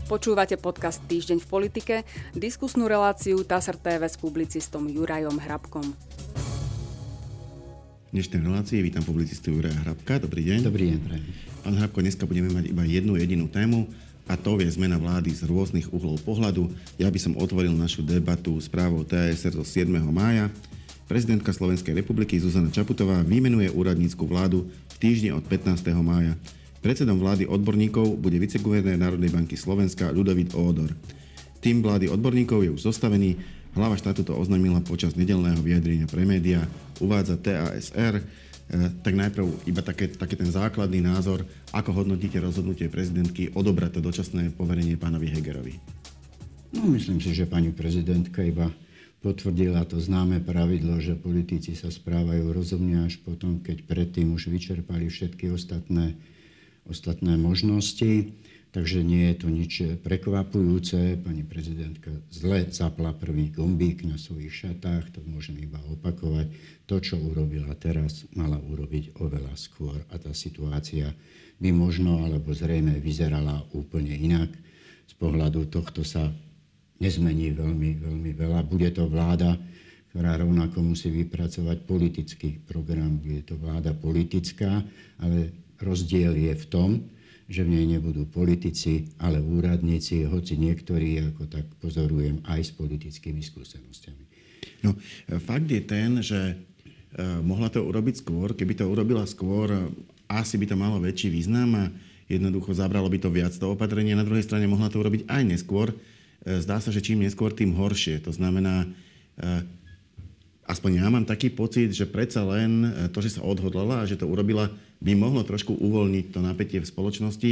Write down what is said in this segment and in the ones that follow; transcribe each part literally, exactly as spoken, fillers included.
Počúvate podcast Týždeň v politike, diskusnú reláciu TASR té vé s publicistom Jurajom Hrabkom. V dnešnej relácii vítam publicistu Juraja Hrabka. Dobrý deň. Dobrý deň, prajem. Pán Hrabko, dneska budeme mať iba jednu jedinú tému a to je zmena vlády z rôznych uhlov pohľadu. Ja by som otvoril našu debatu správou té á es er zo siedmeho mája. Prezidentka Slovenskej republiky Zuzana Čaputová vymenuje úradnícku vládu v týždni od pätnásteho mája. Predsedom vlády odborníkov bude viceguvernér Národnej banky Slovenska Ľudovít Ódor. Tým vlády odborníkov je už zostavený. Hlava štátu to oznámila počas nedeľného vyjadrenia pre médiá. Uvádza té á es er. E, tak najprv iba také, taký ten základný názor, ako hodnotíte rozhodnutie prezidentky odobrať to dočasné poverenie pánovi Hegerovi? No, myslím si, že pani prezidentka iba potvrdila to známe pravidlo, že politici sa správajú rozumne až potom, keď predtým už vyčerpali všetky ostatné ostatné možnosti, takže nie je to nič prekvapujúce. Pani prezidentka zle zapla prvý gombík na svojich šatách, to môžem iba opakovať. To, čo urobila teraz, mala urobiť oveľa skôr a tá situácia by možno alebo zrejme vyzerala úplne inak. Z pohľadu tohto sa nezmení veľmi, veľmi veľa. Bude to vláda, ktorá rovnako musí vypracovať politický program. Bude to vláda politická, ale rozdiel je v tom, že v nej nebudú politici, ale úradníci, hoci niektorí, ako tak pozorujem, aj s politickými skúsenostiami. No, fakt je ten, že uh, mohla to urobiť skôr. Keby to urobila skôr, asi by to malo väčší význam a jednoducho zabralo by to viac to opatrenie. Na druhej strane mohla to urobiť aj neskôr. Uh, zdá sa, že čím neskôr, tým horšie. To znamená, uh, aspoň ja mám taký pocit, že predsa len to, že sa odhodlala a že to urobila, by mohlo trošku uvoľniť to napätie v spoločnosti,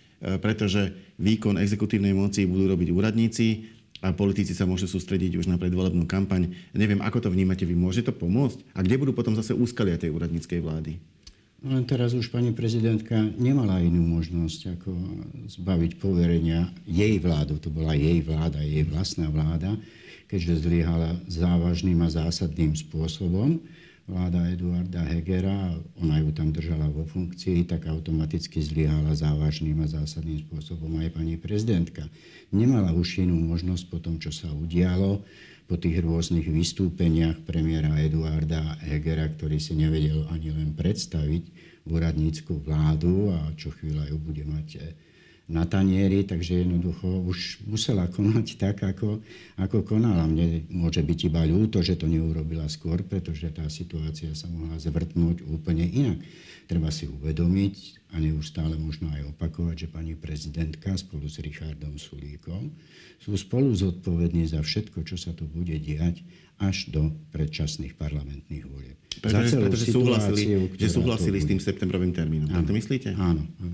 pretože výkon exekutívnej moci budú robiť úradníci a politici sa môžu sústrediť už na predvolebnú kampaň. Neviem, ako to vnímate vy. Môže to pomôcť? A kde budú potom zase úskalia tej úradníckej vlády? No len teraz už pani prezidentka nemala inú možnosť, ako zbaviť poverenia jej vládu. To bola jej vláda, jej vlastná vláda, keďže zlyhala závažným a zásadným spôsobom. Vláda Eduarda Hegera, ona ju tam držala vo funkcii, tak automaticky zlyhala závažným a zásadným spôsobom aj pani prezidentka. Nemala už inú možnosť po tom, čo sa udialo, po tých rôznych vystúpeniach premiéra Eduarda Hegera, ktorý si nevedel ani len predstaviť úradnícku vládu a čo chvíľa ju bude mať na tanieri, takže jednoducho už musela konať tak, ako, ako konala. Mne môže byť iba ľúto, že to neurobila skôr, pretože tá situácia sa mohla zvrtnúť úplne inak. Treba si uvedomiť a neustále možno aj opakovať, že pani prezidentka spolu s Richardom Sulíkom sú spolu zodpovední za všetko, čo sa tu bude diať až do predčasných parlamentných volieb. Pretože, pretože súhlasili, že súhlasili s tým septembrovým termínom. Tak to myslíte? Áno, áno.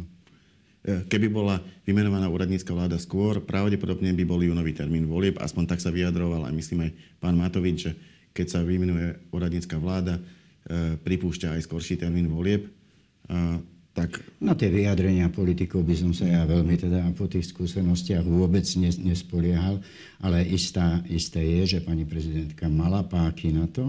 Keby bola vymenovaná úradnícka vláda skôr, pravdepodobne by bol júnový termín volieb. Aspoň tak sa vyjadroval aj myslím aj pán Matovič, že keď sa vymenuje úradnícka vláda, e, pripúšťa aj skorší termín volieb. E, tak... Na tie vyjadrenia politikov by som sa ja veľmi teda po tých skúsenostiach vôbec nespoliehal, ale istá, isté je, že pani prezidentka mala páky na to,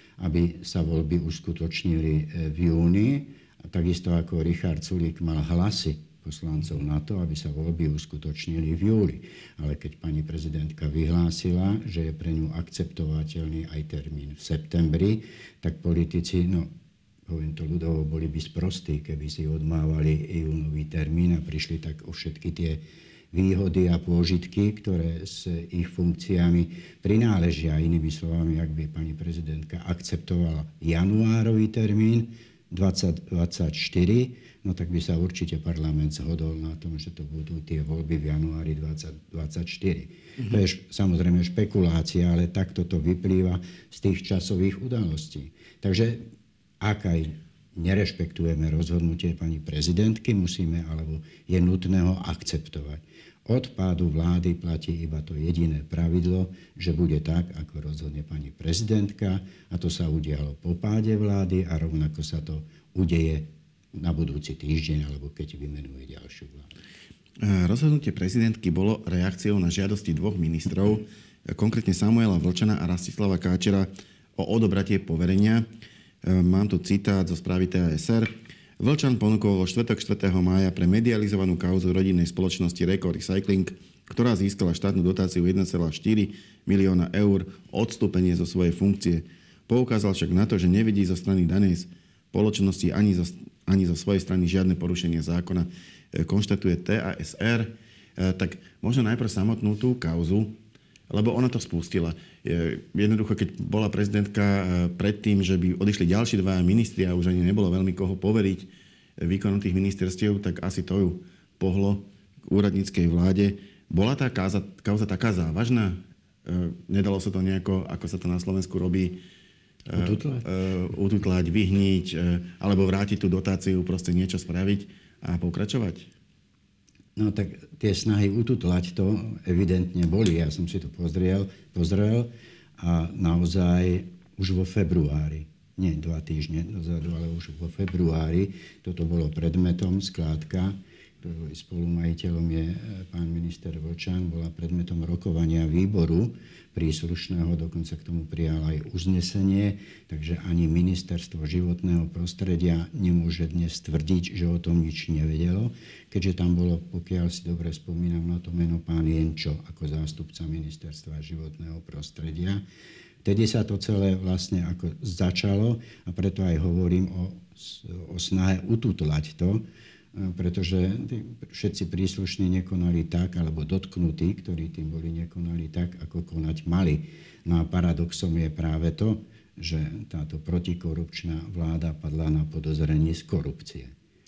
aby sa voľby uskutočnili v júni, a takisto ako Richard Sulík mal hlasy poslancov na to, aby sa voľby uskutočnili v júli. Ale keď pani prezidentka vyhlásila, že je pre ňu akceptovateľný aj termín v septembri, tak politici, no poviem to ľudovo, boli by sprostí, keby si odmávali júnový termín a prišli tak o všetky tie výhody a pôžitky, ktoré s ich funkciami prináležia. Inými slovami, ak by pani prezidentka akceptovala januárový termín dvadsať dvadsaťštyri, no tak by sa určite parlament zhodol na tom, že to budú tie voľby v januári dvadsať dvadsaťštyri. Mm-hmm. To je samozrejme špekulácia, ale takto to vyplýva z tých časových udalostí. Takže ak aj nerešpektujeme rozhodnutie pani prezidentky, musíme, alebo je nutné ho akceptovať. Od pádu vlády platí iba to jediné pravidlo, že bude tak, ako rozhodne pani prezidentka, a to sa udialo po páde vlády a rovnako sa to udeje na budúci týždeň, alebo keď vymenuje ďalšiu vládu. Rozhodnutie prezidentky bolo reakciou na žiadosti dvoch ministrov, konkrétne Samuela Vlčana a Rastislava Káčera, o odobratie poverenia. Mám tu citát zo správy té á es er. Vlčan ponúkol vo štvrtok štvrtého mája pre medializovanú kauzu rodinnej spoločnosti Reco Recycling, ktorá získala štátnu dotáciu jeden celá štyri milióna eur, odstúpenie zo svojej funkcie. Poukázal však na to, že nevidí zo strany danej spoločnosti ani zo, ani zo svojej strany žiadne porušenie zákona, konštatuje té a es er. Tak možno najprv samotnú tú kauzu, lebo ona to spustila. Jednoducho, keď bola prezidentka predtým, že by odišli ďalší dva ministri a už ani nebolo veľmi koho poveriť výkonom tých ministerstiev, tak asi to ju pohlo k úradníckej vláde. Bola tá kauza, kauza taká závažná? Nedalo sa to nejako, ako sa to na Slovensku robí, ututlať, ututlať vyhniť, alebo vrátiť tú dotáciu, proste niečo spraviť a pokračovať? No tak tie snahy ututlať to evidentne boli. Ja som si to pozrel, pozrel a naozaj už vo februári, nie dva týždne dozadu, ale už vo februári, toto bolo predmetom skládka, ktorého spolumajiteľom je pán minister Vlčan, bola predmetom rokovania výboru príslušného, dokonca k tomu prijal aj uznesenie, takže ani ministerstvo životného prostredia nemôže dnes tvrdiť, že o tom nič nevedelo, keďže tam bolo, pokiaľ si dobre spomínam na to meno, pán Jenčo ako zástupca ministerstva životného prostredia. Vtedy sa to celé vlastne ako začalo a preto aj hovorím o, o snahe ututlať to, pretože všetci príslušní nekonali tak, alebo dotknutí, ktorí tým boli, nekonali tak, ako konať mali. No a paradoxom je práve to, že táto protikorupčná vláda padla na podozrení z korupcie.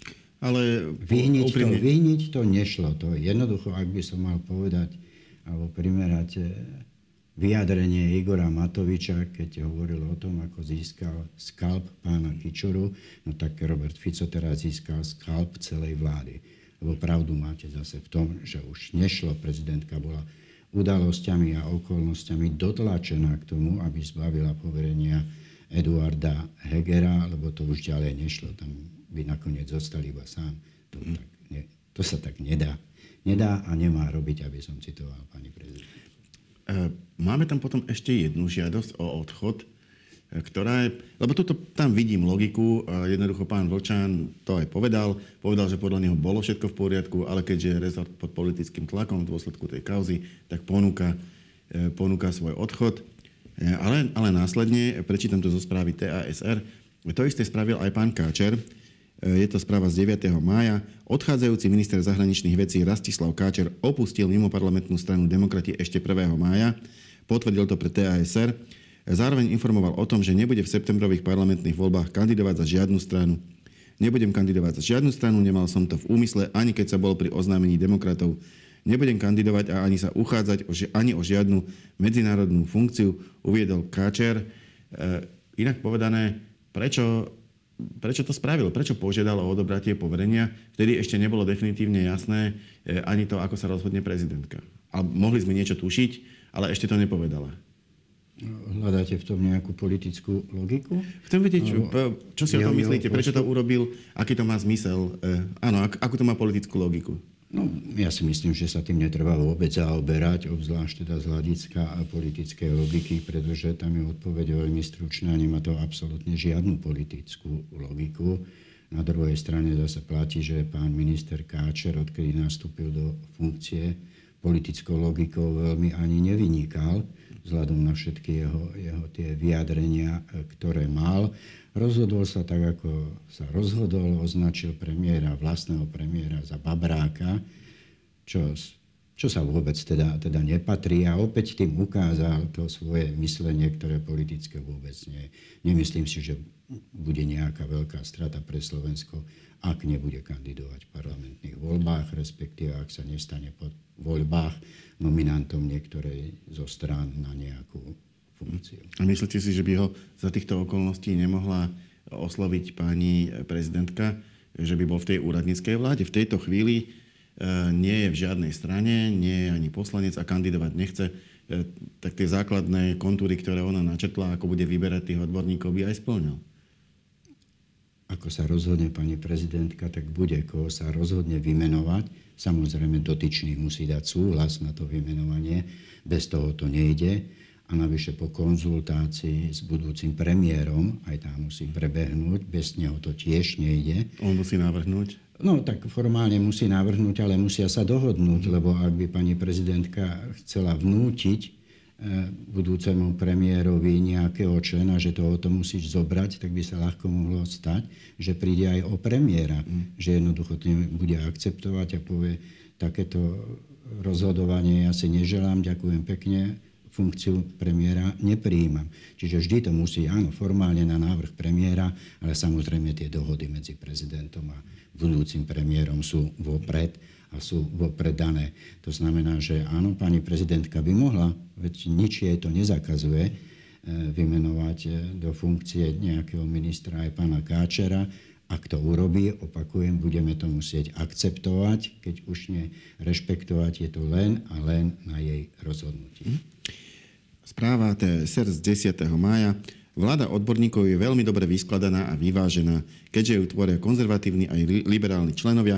Ale vyhniť, úprimne... to, vyhniť to nešlo. To jednoducho, ak by som mal povedať, alebo primerať vyjadrenie Igora Matoviča, keď hovoril o tom, ako získal skalp pána Kičuru, no tak Robert Fico teraz získal skalp celej vlády. Lebo pravdu máte zase v tom, že už nešlo, prezidentka bola udalosťami a okolnostiami dotlačená k tomu, aby zbavila poverenia Eduarda Hegera, lebo to už ďalej nešlo. Tam by nakoniec zostal iba sám. To, mm. tak ne, to sa tak nedá. Nedá a nemá robiť, aby som citoval pani prezidentka. Máme tam potom ešte jednu žiadosť o odchod, ktorá je... Lebo tuto, tam vidím logiku. Jednoducho pán Vlčan to aj povedal. Povedal, že podľa neho bolo všetko v poriadku, ale keďže je rezort pod politickým tlakom v dôsledku tej kauzy, tak ponúka, ponúka svoj odchod. Ale, ale následne, prečítam to zo správy té a es er, to isté spravil aj pán Káčer. Je to správa z deviateho mája. Odchádzajúci minister zahraničných vecí Rastislav Káčer opustil mimoparlamentnú stranu Demokrati ešte prvého mája. Potvrdil to pre té a es er. Zároveň informoval o tom, že nebude v septembrových parlamentných voľbách kandidovať za žiadnu stranu. Nebudem kandidovať za žiadnu stranu, nemal som to v úmysle, ani keď sa bol pri oznámení demokratov. Nebudem kandidovať a ani sa uchádzať o, ani o žiadnu medzinárodnú funkciu, uviedol Káčer. E, inak povedané, prečo... Prečo to spravil? Prečo požiadal o odobratie poverenia? Vtedy ešte nebolo definitívne jasné ani to, ako sa rozhodne prezidentka. A mohli sme niečo tušiť, ale ešte to nepovedala. Hľadáte v tom nejakú politickú logiku? Chcem vedieť, čo, čo si o tom myslíte? Prečo to urobil? Aký to má zmysel? Áno, akú to má politickú logiku? No, ja si myslím, že sa tým netreba vôbec zaoberať, obzvlášť teda z hľadiska a politickej logiky, pretože tam je odpoveď veľmi stručná, nemá to absolútne žiadnu politickú logiku. Na druhej strane zase platí, že pán minister Káčer, odkedy nastúpil do funkcie, politickou logikou veľmi ani nevynikal, vzhľadom na všetky jeho, jeho tie vyjadrenia, ktoré mal. Rozhodol sa tak, ako sa rozhodol, označil premiéra, vlastného premiéra za babráka, čo, čo sa vôbec teda, teda nepatrí a opäť tým ukázal to svoje myslenie, ktoré politické vôbec nie. Nemyslím si, že bude nejaká veľká strata pre Slovensko, ak nebude kandidovať v parlamentných voľbách, respektíve ak sa nestane po voľbách nominantom niektorej zo strán na nejakú funkciu. A myslíte si, že by ho za týchto okolností nemohla osloviť pani prezidentka, že by bol v tej úradníckej vláde? V tejto chvíli e, nie je v žiadnej strane, nie je ani poslanec a kandidovať nechce. E, tak tie základné kontúry, ktoré ona načetla, ako bude vyberať tých odborníkov, by aj splňal. Ako sa rozhodne pani prezidentka, tak bude, koho sa rozhodne vymenovať. Samozrejme, dotyčný musí dať súhlas na to vymenovanie. Bez toho to nejde. a navyše po konzultácii s budúcim premiérom, aj tá musí prebehnúť, bez neho to tiež nejde. On musí navrhnúť? No, tak formálne musí navrhnúť, ale musia sa dohodnúť, lebo ak by pani prezidentka chcela vnútiť budúcemu premiérovi nejakého člena, že tohoto musíš zobrať, tak by sa ľahko mohlo stať, že príde aj o premiéra, mm. že jednoducho to bude akceptovať a povie, takéto rozhodovanie ja si neželám, ďakujem pekne, funkciu premiéra neprijímam. Čiže vždy to musí, áno, formálne na návrh premiéra, ale samozrejme tie dohody medzi prezidentom a budúcim premiérom sú vopred a sú vopred dané. To znamená, že áno, pani prezidentka by mohla, veď nič jej to nezakazuje, vymenovať do funkcie nejakého ministra aj pána Káčera. Ak to urobí, opakujem, budeme to musieť akceptovať, keď už nie rešpektovať, je to len a len na jej rozhodnutí. Správa té es er z desiateho mája. Vláda odborníkov je veľmi dobre vyskladaná a vyvážená, keďže ju tvoria konzervatívni aj liberálni členovia.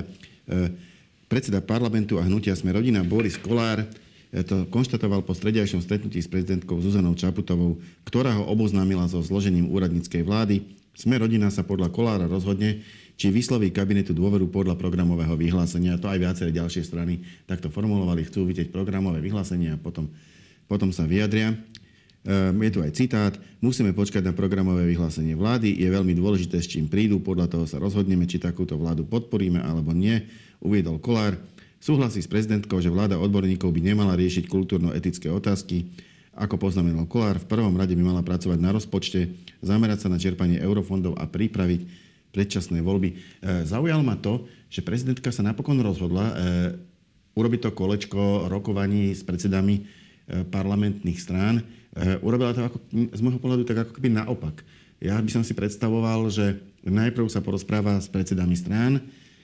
Predseda parlamentu a hnutia Sme rodina Boris Kollár to konštatoval po stredajšom stretnutí s prezidentkou Zuzanou Čaputovou, ktorá ho oboznámila so zložením úradníckej vlády. Sme rodina sa podľa Kollára rozhodne, či vysloví kabinetu dôveru podľa programového vyhlásenia. To aj viaceré ďalšie strany takto formulovali, chcú vidieť programové vyhlásenie a potom, potom sa vyjadria. Je tu aj citát. Musíme počkať na programové vyhlásenie vlády. Je veľmi dôležité, s čím prídu. Podľa toho sa rozhodneme, či takúto vládu podporíme alebo nie, uviedol Kollár. Súhlasí s prezidentkou, že vláda odborníkov by nemala riešiť kultúrno-etické otázky. Ako poznamenal Kollár, v prvom rade by mala pracovať na rozpočte, zamerať sa na čerpanie eurofondov a pripraviť predčasné voľby. Zaujalo ma to, že prezidentka sa napokon rozhodla urobiť to kolečko rokovaní s predsedami parlamentných strán. Urobila to ako, z môjho pohľadu tak ako keby naopak. Ja by som si predstavoval, že najprv sa porozpráva s predsedami strán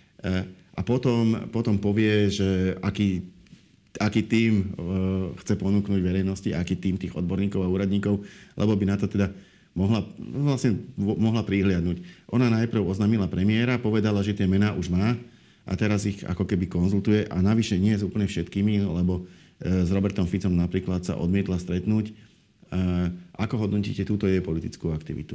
a potom, potom povie, že aký, aký tím chce ponúknuť verejnosti, aký tím tých odborníkov a úradníkov, lebo by na to teda mohla, vlastne mohla prihliadnúť. Ona najprv oznámila premiéra, povedala, že tie mená už má a teraz ich ako keby konzultuje a navyše nie s úplne všetkými, lebo s Robertom Ficom napríklad sa odmietla stretnúť. Ako hodnotíte túto jej politickú aktivitu?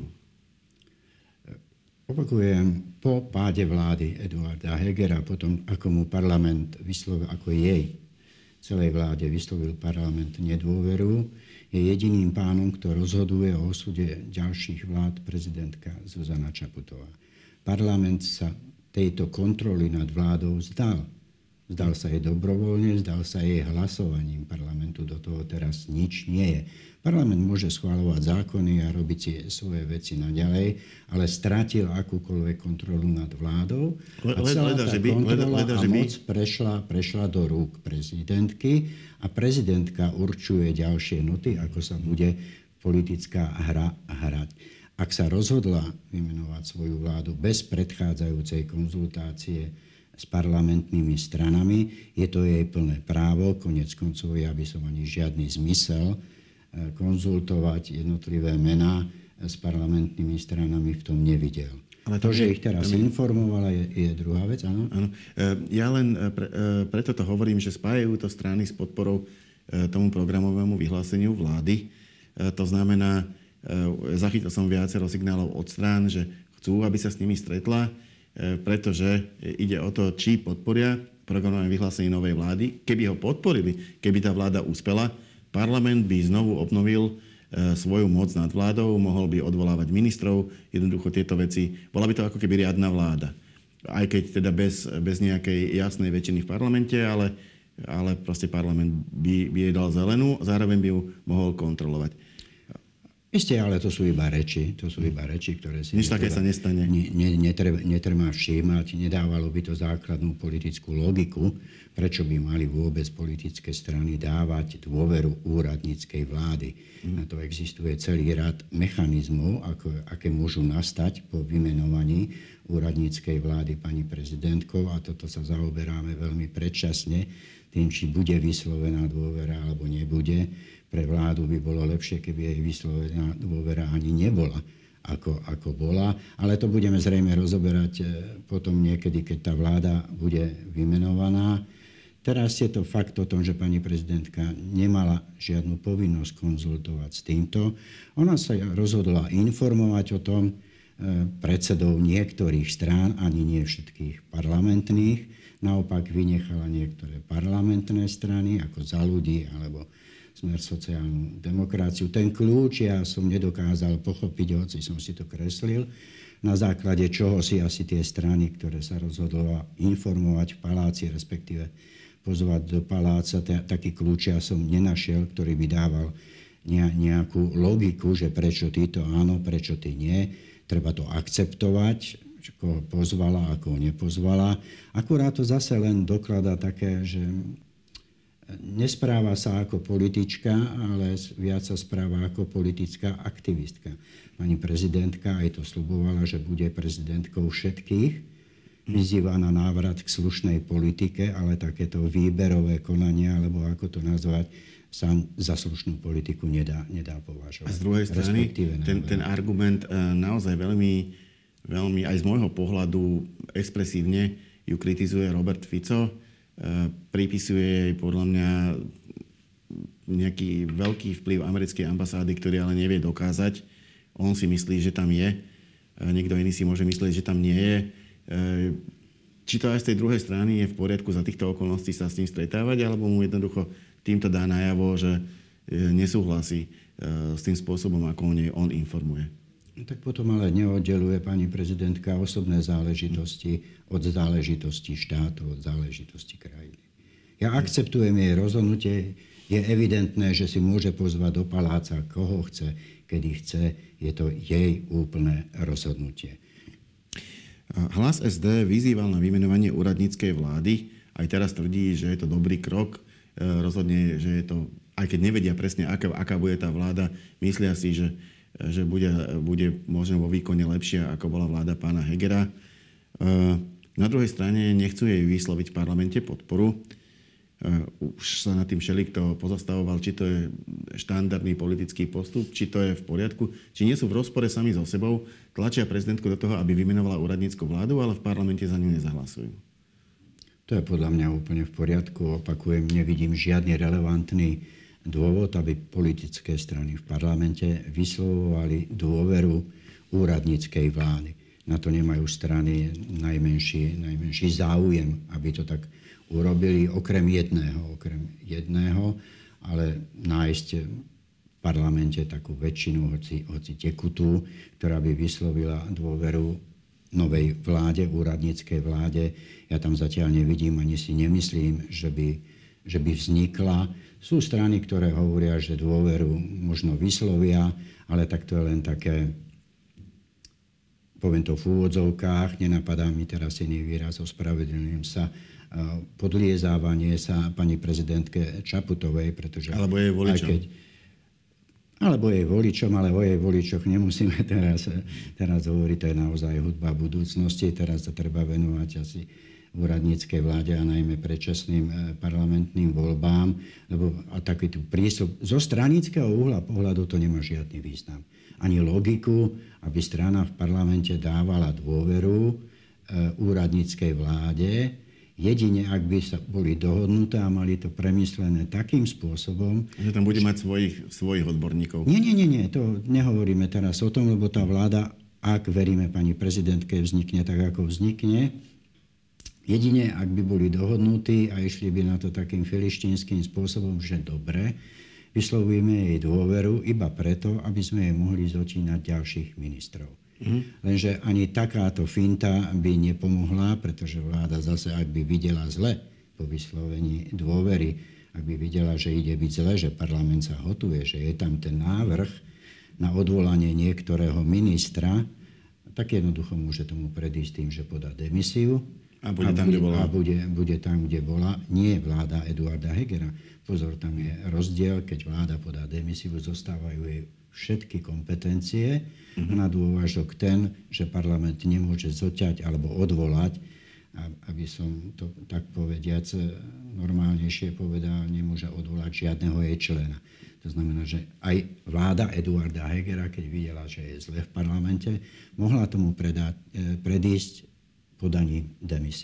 Opakujem, po páde vlády Eduarda Hegera, potom ako mu parlament vyslovil, ako jej celej vláde vyslovil parlament nedôveru, je jediným pánom, kto rozhoduje o osude ďalších vlád prezidentka Zuzana Čaputová. Parlament sa tejto kontroly nad vládou vzdal. Vzdal sa jej dobrovoľne, vzdal sa jej hlasovaním. Parlamentu do toho teraz nič nie je. Parlament môže schvaľovať zákony a robiť si svoje veci naďalej, ale stratil akúkoľvek kontrolu nad vládou a celá tá kontrola a moc prešla, prešla do rúk prezidentky a prezidentka určuje ďalšie noty, ako sa bude politická hra hrať. Ak sa rozhodla vymenovať svoju vládu bez predchádzajúcej konzultácie s parlamentnými stranami, je to jej plné právo. Konec koncov ja by som ani žiadny zmysel konzultovať jednotlivé mená s parlamentnými stranami v tom nevidel. Ale to, že ich teraz informovala, je, je druhá vec, áno? Áno. Ja len pre, preto to hovorím, že spájajú to strany s podporou tomu programovému vyhláseniu vlády. To znamená, zachytil som viacero signálov od strán, že chcú, aby sa s nimi stretla, pretože ide o to, či podporia programové vyhlásenie novej vlády. Keby ho podporili, keby tá vláda úspela, parlament by znovu obnovil svoju moc nad vládou, mohol by odvolávať ministrov, jednoducho tieto veci. Bola by to ako keby riadna vláda. Aj keď teda bez, bez nejakej jasnej väčšiny v parlamente, ale, ale proste parlament by, by jej dal zelenú, zároveň by ju mohol kontrolovať. Isté, ale to sú iba reči, to sú iba reči, ktoré si... Nič také sa nestane. Ne, ne, netreba, netreba všímať, nedávalo by to základnú politickú logiku, prečo by mali vôbec politické strany dávať dôveru úradníckej vlády. Mm. Na to existuje celý rad mechanizmov, ako, aké môžu nastať po vymenovaní úradníckej vlády pani prezidentkou a toto sa zaoberáme veľmi predčasne, tým, či bude vyslovená dôvera alebo nebude. Pre vládu by bolo lepšie, keby jej vyslovená dôvera ani nebola, ako, ako bola. Ale to budeme zrejme rozoberať potom niekedy, keď tá vláda bude vymenovaná. Teraz je to fakt o tom, že pani prezidentka nemala žiadnu povinnosť konzultovať s týmto. Ona sa rozhodla informovať o tom predsedov niektorých strán, ani nie všetkých parlamentných. Naopak vynechala niektoré parlamentné strany, ako Za ľudí alebo Smer sociálnu demokraciu. Ten kľúč ja som nedokázal pochopiť, hoci som si to kreslil, na základe čoho si asi tie strany, ktoré sa rozhodlo informovať v paláci, respektíve pozvať do paláca, taký kľúč ja som nenašiel, ktorý by dával nejakú logiku, že prečo ty to áno, prečo ty nie. Treba to akceptovať, koho pozvala a koho nepozvala. Akurát to zase len dokladá také, že nespráva sa ako politička, ale viac sa správa ako politická aktivistka. Pani prezidentka aj to sľubovala, že bude prezidentkou všetkých. Vyzýva na návrat k slušnej politike, ale takéto výberové konania, alebo ako to nazvať, sa za slušnú politiku nedá, nedá považovať. A z druhej strany, ten, ten argument naozaj veľmi, veľmi, aj z môjho pohľadu, expresívne ju kritizuje Robert Fico. Pripisuje jej podľa mňa nejaký veľký vplyv americkej ambasády, ktorý ale nevie dokázať. On si myslí, že tam je. Niekto iný si môže myslieť, že tam nie je. Či to aj z tej druhej strany je v poriadku za týchto okolností sa s ním stretávať, alebo mu jednoducho týmto dá najavo, že nesúhlasí s tým spôsobom, ako o nej on informuje. No tak potom ale neoddeluje pani prezidentka osobné záležitosti od záležitosti štátu, od záležitosti krajiny. Ja akceptujem jej rozhodnutie. Je evidentné, že si môže pozvať do paláca, koho chce, kedy chce. Je to jej úplné rozhodnutie. Hlas es dé vyzýval na vymenovanie úradníckej vlády. Aj teraz tvrdí, že je to dobrý krok. Rozhodne, že je to, aj keď nevedia presne, aká, aká bude tá vláda, myslia si, že, že bude, bude možno vo výkone lepšia, ako bola vláda pána Hegera. Na druhej strane nechcú jej vysloviť v parlamente podporu. Už sa nad tým všelikto pozastavoval, či to je štandardný politický postup, či to je v poriadku, či nie sú v rozpore sami so sebou, tlačia prezidentku do toho, aby vymenovala úradnícku vládu, ale v parlamente za ňu nezahlasujú. To je podľa mňa úplne v poriadku. Opakujem, nevidím žiadny relevantný dôvod, aby politické strany v parlamente vyslovovali dôveru úradníckej vlády. Na to nemajú strany najmenší, najmenší záujem, aby to tak urobili, okrem jedného, okrem jedného, ale nájsť v parlamente takú väčšinu, hoci, hoci tekutú, ktorá by vyslovila dôveru novej vláde, úradníckej vláde. Ja tam zatiaľ nevidím, ani si nemyslím, že by, že by vznikla. Sú strany, ktoré hovoria, že dôveru možno vyslovia, ale tak to je len také, poviem to v úvodzovkách, nenapadá mi teraz iný výraz, ospravedlňujem sa, podliezávanie sa pani prezidentke Čaputovej, pretože... Alebo jej voličom. Keď, alebo jej voličom, ale o jej voličoch nemusíme teraz, teraz hovoriť, to je naozaj hudba budúcnosti, teraz sa treba venovať asi úradníckej vláde a najmä predčasným parlamentným voľbám, lebo a takýto prístup zo stranického uhla pohľadu to nemá žiadny význam. Ani logiku, aby strana v parlamente dávala dôveru úradníckej vláde, jedine, ak by sa boli dohodnuté a mali to premyslené takým spôsobom... Že tam bude mať svojich, svojich odborníkov. Nie, nie, nie, nie, to nehovoríme teraz o tom, lebo tá vláda, ak veríme pani prezidentke, vznikne tak, ako vznikne. Jedine, ak by boli dohodnutí a išli by na to takým filištínskym spôsobom, že dobre, vyslovujeme jej dôveru iba preto, aby sme jej mohli zočínať ďalších ministrov. Mm. Lenže ani takáto finta by nepomohla, pretože vláda zase, ak by videla zle po vyslovení dôvery, ak by videla, že ide byť zle, že parlament sa hotuje, že je tam ten návrh na odvolanie niektorého ministra, tak jednoducho môže tomu predísť tým, že podá demisiu a bude a tam, bude, kde bola. A bude, bude tam, kde bola. Nie vláda Eduarda Hegera. Pozor, tam je rozdiel, keď vláda podá demisiu, zostávajú jej všetky kompetencie mm-hmm. a na dôvažok ten, že parlament nemôže zoťať alebo odvolať, aby som to tak povediac normálnejšie povedal, nemôže odvolať žiadneho jej člena. To znamená, že aj vláda Eduarda Hegera, keď videla, že je zle v parlamente, mohla tomu predať, predísť podaním demisie.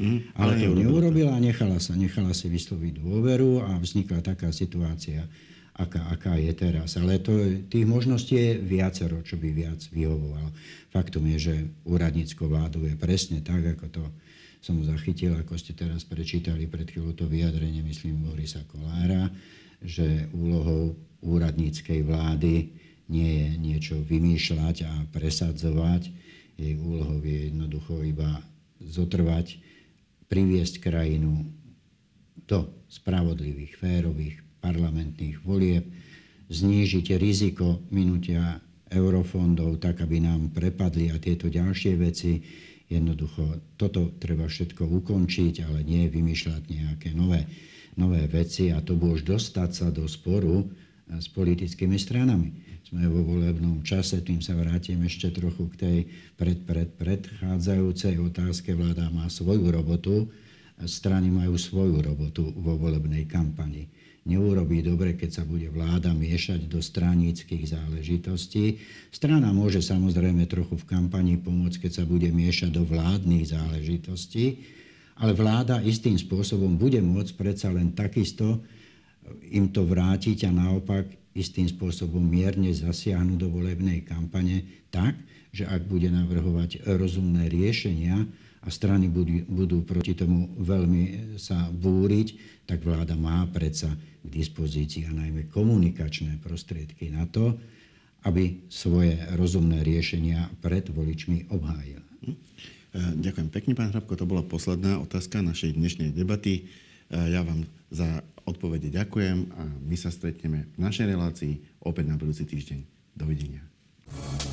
Mm, ale, ale to neurobila a nechala sa, nechala si vysloviť dôveru a vznikla taká situácia, aká, aká je teraz. Ale to, tých možností je viacero, čo by viac vyhovovalo. Faktom je, že úradníckou vládou je presne tak, ako to som zachytil, ako ste teraz prečítali pred chvíľou to vyjadrenie, myslím, Borisa Kollára, že úlohou úradníckej vlády nie je niečo vymýšľať a presadzovať. Jej úlohou je jednoducho iba zotrvať, priviesť krajinu do spravodlivých, férových parlamentných volieb, znížiť riziko minutia eurofondov tak, aby nám prepadli a tieto ďalšie veci. Jednoducho, toto treba všetko ukončiť, ale nie vymýšľať nejaké nové, nové veci a to bo už dostať sa do sporu s politickými stranami. Sme vo volebnom čase, tým sa vrátim ešte trochu k tej pred, pred, predchádzajúcej otázke. Vláda má svoju robotu, strany majú svoju robotu vo volebnej kampani. Neurobí dobre, keď sa bude vláda miešať do straníckych záležitostí. Strana môže samozrejme trochu v kampani pomôcť, keď sa bude miešať do vládnych záležitostí, ale vláda istým spôsobom bude môcť predsa len takisto im to vrátiť a naopak istým spôsobom mierne zasiahnuť do volebnej kampane tak, že ak bude navrhovať rozumné riešenia a strany budú, budú proti tomu veľmi sa búriť, tak vláda má predsa k dispozícii a najmä komunikačné prostriedky na to, aby svoje rozumné riešenia pred voličmi obhájila. Ďakujem pekne, pán Hrabko. To bola posledná otázka našej dnešnej debaty. Ja vám za odpovede ďakujem a my sa stretneme v našej relácii opäť na budúci týždeň. Dovidenia.